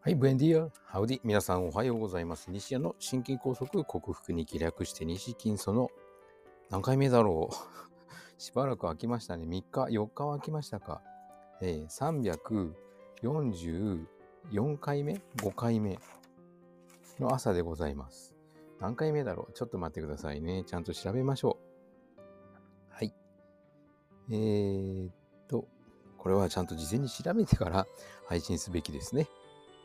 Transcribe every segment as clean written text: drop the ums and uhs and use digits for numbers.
はい、ブエンディア、ハウディ。皆さんおはようございます。西谷の心筋梗塞克服に気略して西筋その何回目だろうしばらく空きましたね。3日、4日は空きましたか。344回目 ?5 回目の朝でございます。何回目だろう、ちょっと待ってくださいね。ちゃんと調べましょう。はい。これはちゃんと事前に調べてから配信すべきですね。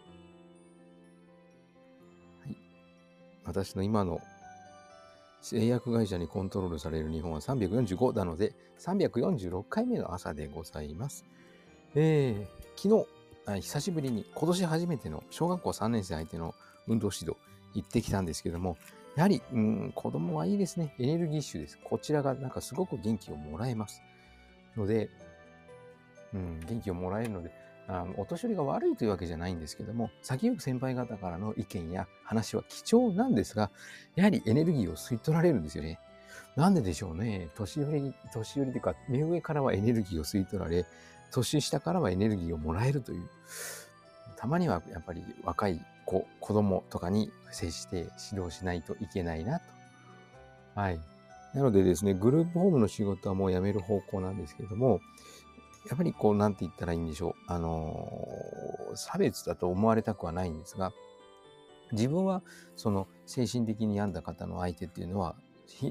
はい。私の今の製薬会社にコントロールされる日本は345なので、346回目の朝でございます。昨日、久しぶりに今年初めての小学校3年生相手の運動指導行ってきたんですけども、やはり、子供はいいですね。エネルギッシュです。こちらがなんかすごく元気をもらえます。ので、元気をもらえるので、お年寄りが悪いというわけじゃないんですけども、先行く先輩方からの意見や話は貴重なんですが、やはりエネルギーを吸い取られるんですよね。なんででしょうね。年寄りというか、目上からはエネルギーを吸い取られ、年下からはエネルギーをもらえるという。たまにはやっぱり若い子供とかに接して指導しないといけないなと。はい。なのでですね、グループホームの仕事はもうやめる方向なんですけども、やっぱりなんて言ったらいいんでしょう。差別だと思われたくはないんですが、自分はその精神的に病んだ方の相手っていうのは、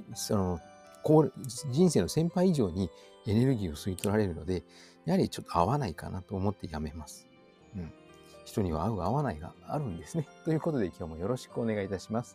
人生の先輩以上にエネルギーを吸い取られるので、やはりちょっと合わないかなと思ってやめます。人には合う合わないがあるんですね。ということで今日もよろしくお願いいたします。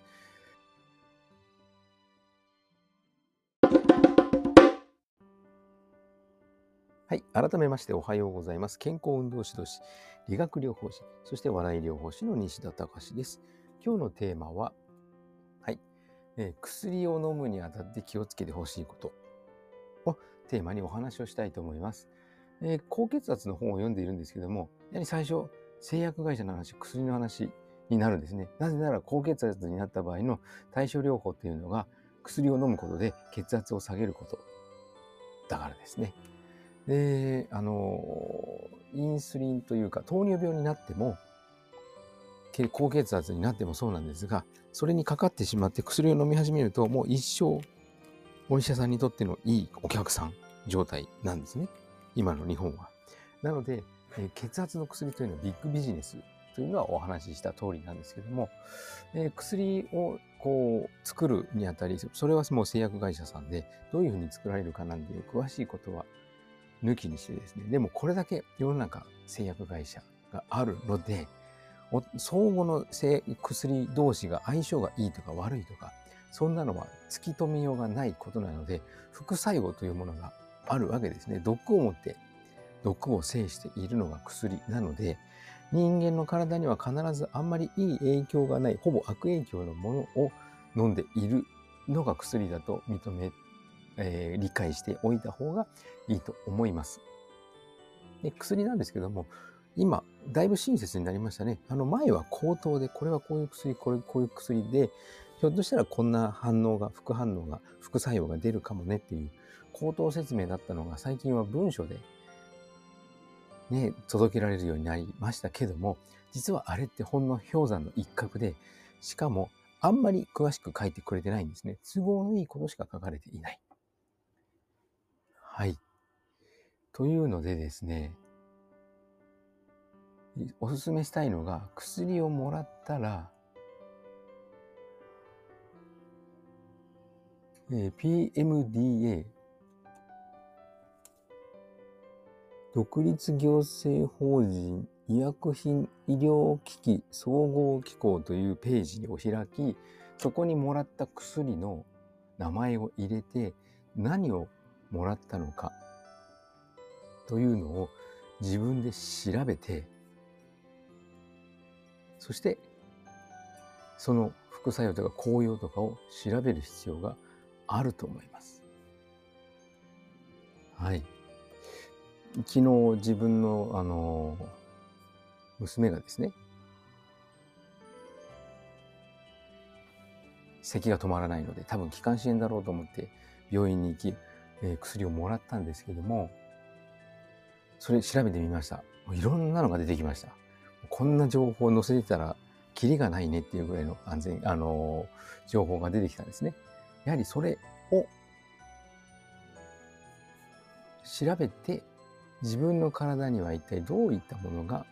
はい。改めましておはようございます。健康運動指導士、理学療法士、そして笑い療法士の西田隆です。今日のテーマは、はい。薬を飲むにあたって気をつけてほしいことをテーマにお話をしたいと思います。高血圧の本を読んでいるんですけども、やはり最初、製薬会社の話、薬の話になるんですね。なぜなら高血圧になった場合の対処療法っていうのが薬を飲むことで血圧を下げることだからですね。で、インスリンというか糖尿病になっても、高血圧になってもそうなんですが、それにかかってしまって薬を飲み始めると、もう一生お医者さんにとってのいいお客さん状態なんですね。今の日本は。なので、血圧の薬というのはビッグビジネスというのはお話しした通りなんですけども、薬を作るにあたり、それはもう製薬会社さんでどういうふうに作られるかなんていう詳しいことは抜きにしてですね、でもこれだけ世の中製薬会社があるので、相互の薬同士が相性がいいとか悪いとか、そんなのは突き止めようがないことなので、副作用というものがあるわけですね。毒を持って毒を制しているのが薬なので、人間の体には必ずあんまりいい影響がない、ほぼ悪影響のものを飲んでいるのが薬だと理解しておいた方がいいと思います。で、薬なんですけども、今、だいぶ親切になりましたね。前は口頭で、これはこういう薬、こういう薬で、ひょっとしたらこんな副作用が出るかもねっていう口頭説明だったのが、最近は文書でね、届けられるようになりましたけども、実はあれってほんの氷山の一角で、しかもあんまり詳しく書いてくれてないんですね。都合のいいことしか書かれていない。はい。というのでですね、おすすめしたいのが、薬をもらったら、PMDA、独立行政法人医薬品医療機器総合機構というページを開き、そこにもらった薬の名前を入れて、何をもらったのかというのを自分で調べて、そしてその副作用とか効用とかを調べる必要があると思います。はい。昨日自分の娘がですね、咳が止まらないので、多分気管支炎だろうと思って病院に行き、薬をもらったんですけども、それ調べてみました。もういろんなのが出てきました。 こんな情報を載せてたらキリがないねっていうぐらいの情報が出てきたんですね。やはりそれを調べて、自分の体には一体どういったものが、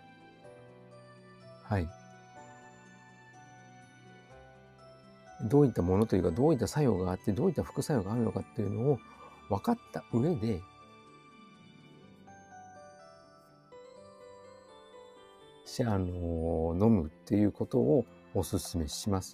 どういったものというか、どういった作用があって、どういった副作用があるのかっていうのを分かった上で、飲むっていうことをお勧めします。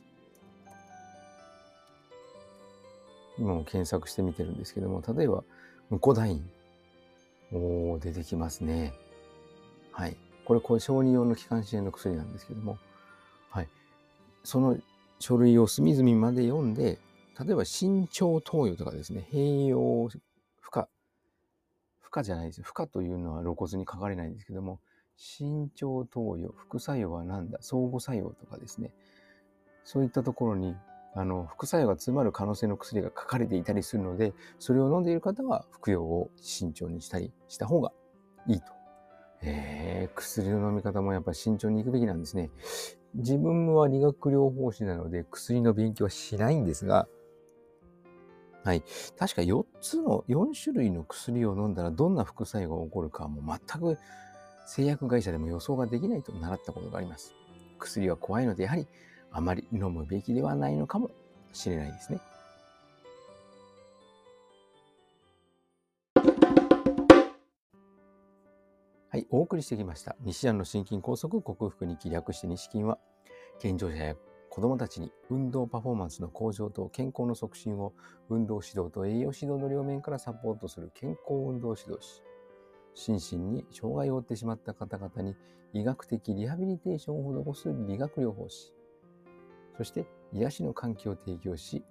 今も検索してみてるんですけども、例えば、ムコダイン。出てきますね。これ小児用の気管支炎の薬なんですけども、その書類を隅々まで読んで、例えば身長投与とかですね、併用負荷じゃないですよ。負荷というのは露骨に書かれないんですけども、身長投与、副作用は何だ、相互作用とかですね、そういったところに副作用が詰まる可能性の薬が書かれていたりするので、それを飲んでいる方は服用を慎重にした方がいいと。薬の飲み方もやっぱり慎重にいくべきなんですね。自分は理学療法士なので薬の勉強はしないんですが、確か4種類の薬を飲んだらどんな副作用が起こるかはもう全く製薬会社でも予想ができないと習ったことがあります。薬は怖いので、やはりあまり飲むべきではないのかもしれないですね。お送りしてきました。西安の心筋梗塞克服に気略して西筋は、健常者や子どもたちに運動パフォーマンスの向上と健康の促進を運動指導と栄養指導の両面からサポートする健康運動指導士。心身に障害を負ってしまった方々に医学的リハビリテーションを施す理学療法士。そして癒しの環境を提供し、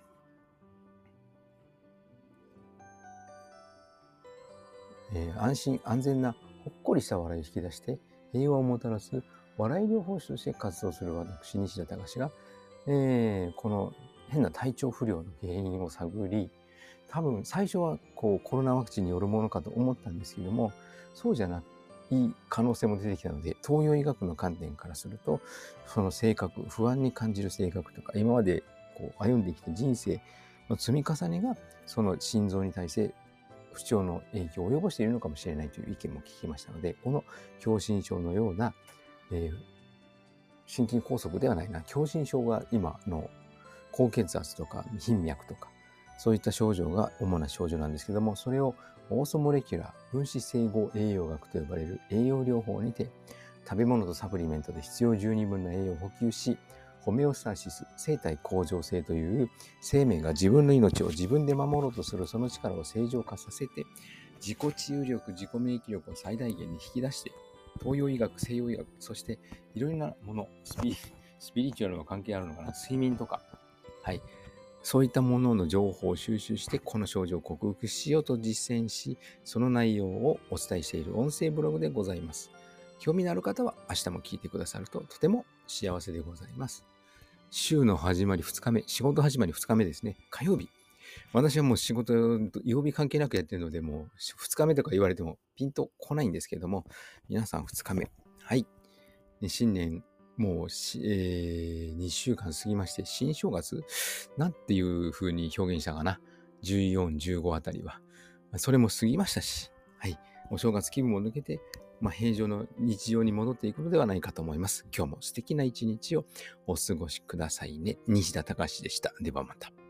安心安全なほっこりした笑いを引き出して平和をもたらす笑い療法士として活動する私西田隆が、この変な体調不良の原因を探り、多分最初はコロナワクチンによるものかと思ったんですけども、そうじゃない可能性も出てきたので、東洋医学の観点からすると、その性格、不安に感じる性格とか、今まで歩んできた人生の積み重ねがその心臓に対して不調の影響を及ぼしているのかもしれないという意見も聞きましたので、この狭心症のような、心筋梗塞ではないな、狭心症が今の高血圧とか頻脈とか、そういった症状が主な症状なんですけども、それをオーソモレキュラー分子整合栄養学と呼ばれる栄養療法にて、食べ物とサプリメントで必要十二分な栄養を補給し、ホメオスタシス、生体向上性という生命が自分の命を自分で守ろうとするその力を正常化させて、自己治癒力、自己免疫力を最大限に引き出して、東洋医学、西洋医学、そしていろいろなもの、スピリチュアルの関係あるのかな、睡眠とか、そういったものの情報を収集して、この症状を克服しようと実践し、その内容をお伝えしている音声ブログでございます。興味のある方は明日も聞いてくださるととても幸せでございます。週の始まり2日目、仕事始まり2日目ですね。火曜日。私はもう仕事、曜日関係なくやってるので、もう2日目とか言われてもピンとこないんですけども、皆さん2日目。新年、もう2週間過ぎまして、新正月なんていう風に表現したかな。14、15あたりは。それも過ぎましたし、お正月気分も抜けて、平常の日常に戻っていくのではないかと思います。今日も素敵な一日をお過ごしくださいね。西田隆でした。ではまた。